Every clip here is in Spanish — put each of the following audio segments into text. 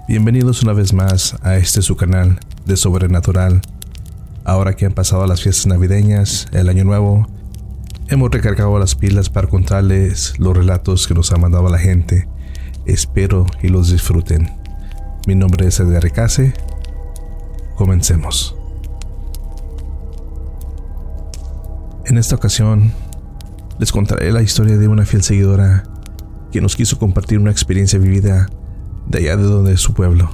Bienvenidos una vez más a su canal de Sobrenatural. Ahora que han pasado las fiestas navideñas, el año nuevo, hemos recargado las pilas para contarles los relatos que nos ha mandado la gente. Espero y los disfruten. Mi nombre es Edgar Recase. Comencemos. En esta ocasión, les contaré la historia de una fiel seguidora que nos quiso compartir una experiencia vivida de allá de donde es su pueblo.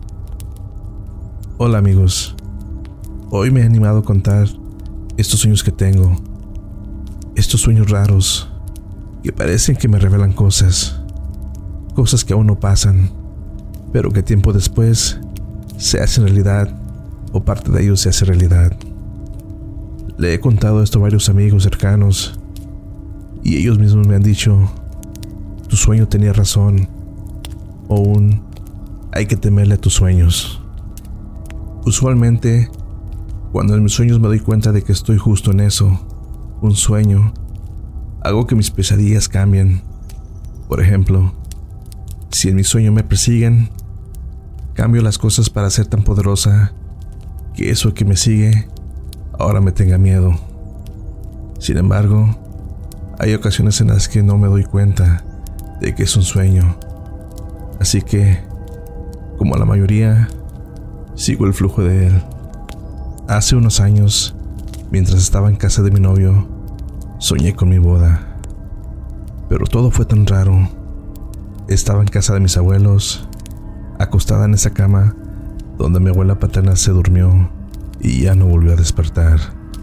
Hola amigos, hoy me he animado a contar estos sueños que tengo, estos sueños raros que parecen que me revelan cosas que aún no pasan, pero que tiempo después se hacen realidad o parte de ellos se hace realidad. Le he contado esto a varios amigos cercanos y ellos mismos me han dicho: tu sueño tenía razón, o hay que temerle a tus sueños. Usualmente, cuando en mis sueños me doy cuenta de que estoy justo en eso, un sueño, hago que mis pesadillas cambien. Por ejemplo, si en mi sueño me persiguen, cambio las cosas para ser tan poderosa que eso que me sigue ahora me tenga miedo. Sin embargo, hay ocasiones en las que no me doy cuenta de que es un sueño. Así que, como la mayoría, sigo el flujo de él. Hace unos años, mientras estaba en casa de mi novio, soñé con mi boda. Pero todo fue tan raro. Estaba en casa de mis abuelos, acostada en esa cama donde mi abuela paterna se durmió y ya no volvió a despertar.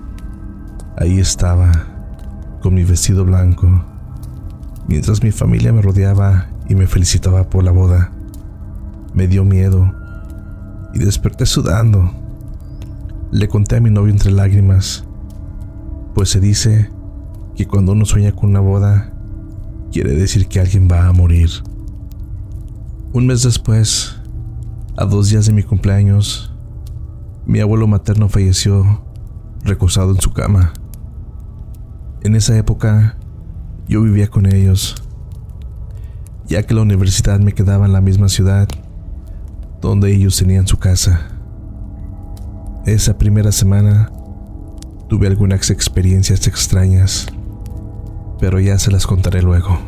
Ahí estaba, con mi vestido blanco, mientras mi familia me rodeaba y me felicitaba por la boda. Me dio miedo y desperté sudando. Le conté a mi novio entre lágrimas, pues se dice que cuando uno sueña con una boda, quiere decir que alguien va a morir. Un mes después, a 2 días de mi cumpleaños, mi abuelo materno falleció recostado en su cama. En esa época, yo vivía con ellos, ya que la universidad me quedaba en la misma ciudad donde ellos tenían su casa. Esa primera semana tuve algunas experiencias extrañas, pero ya se las contaré luego.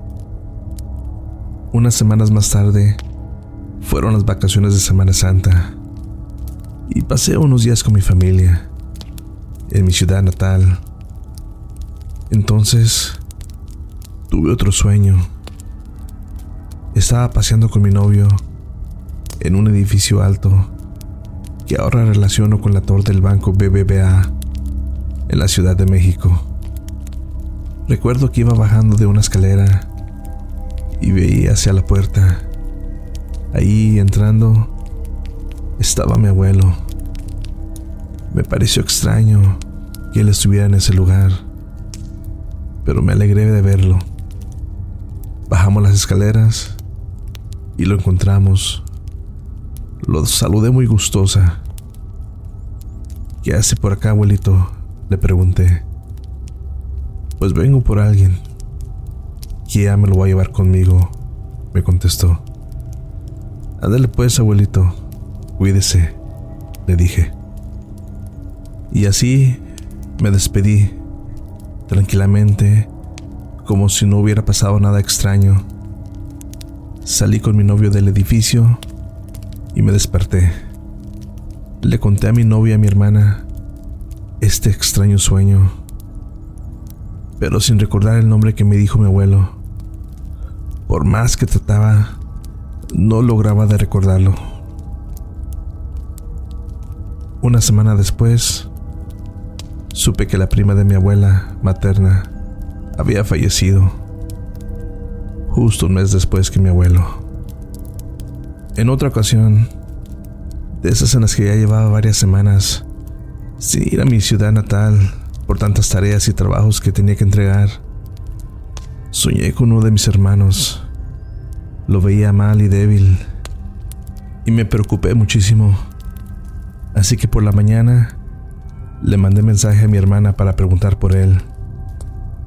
Unas semanas más tarde fueron las vacaciones de Semana Santa y pasé unos días con mi familia en mi ciudad natal. Entonces tuve otro sueño. Estaba paseando con mi novio en un edificio alto que ahora relaciono con la torre del banco BBVA en la Ciudad de México. Recuerdo que iba bajando de una escalera y veía hacia la puerta. Ahí, entrando, estaba mi abuelo. Me pareció extraño que él estuviera en ese lugar, pero me alegré de verlo. Bajamos las escaleras y lo encontramos. Lo saludé muy gustosa. ¿Qué hace por acá, abuelito?, le pregunté. Pues vengo por alguien, que ya me lo voy a llevar conmigo, me contestó. Ándale pues, abuelito, cuídese, le dije. Y así me despedí, tranquilamente, como si no hubiera pasado nada extraño. Salí con mi novio del edificio y me desperté. Le conté a mi novia y a mi hermana este extraño sueño, pero sin recordar el nombre que me dijo mi abuelo. Por más que trataba, no lograba de recordarlo. Una semana después, supe que la prima de mi abuela materna había fallecido, justo un mes después que mi abuelo. En otra ocasión, de esas en las que ya llevaba varias semanas sin ir a mi ciudad natal por tantas tareas y trabajos que tenía que entregar, soñé con uno de mis hermanos. Lo veía mal y débil y me preocupé muchísimo. Así que por la mañana le mandé mensaje a mi hermana para preguntar por él.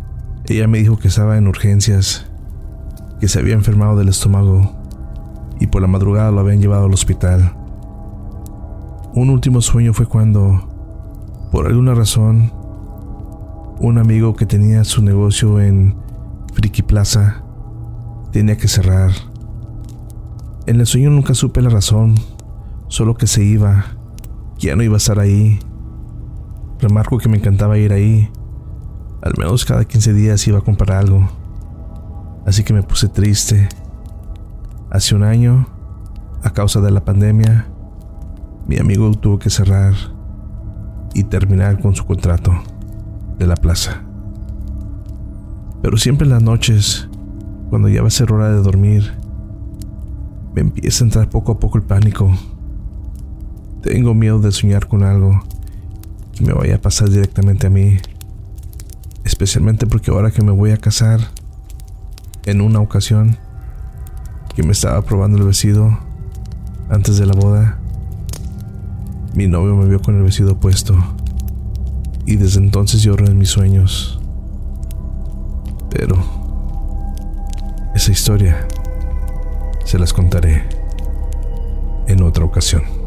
Ella me dijo que estaba en urgencias, que se había enfermado del estómago y por la madrugada lo habían llevado al hospital. Un último sueño fue cuando, por alguna razón, un amigo que tenía su negocio en Friki Plaza tenía que cerrar. En el sueño nunca supe la razón, solo que se iba, que ya no iba a estar ahí. Remarco que me encantaba ir ahí. Al menos cada 15 días iba a comprar algo. Así que me puse triste. Hace un año, a causa de la pandemia, mi amigo tuvo que cerrar y terminar con su contrato de la plaza. Pero siempre en las noches, cuando ya va a ser hora de dormir, me empieza a entrar poco a poco el pánico. Tengo miedo de soñar con algo que me vaya a pasar directamente a mí, especialmente porque ahora que me voy a casar, en una ocasión que me estaba probando el vestido antes de la boda, mi novio me vio con el vestido puesto y desde entonces lloro en mis sueños. Pero esa historia se las contaré en otra ocasión.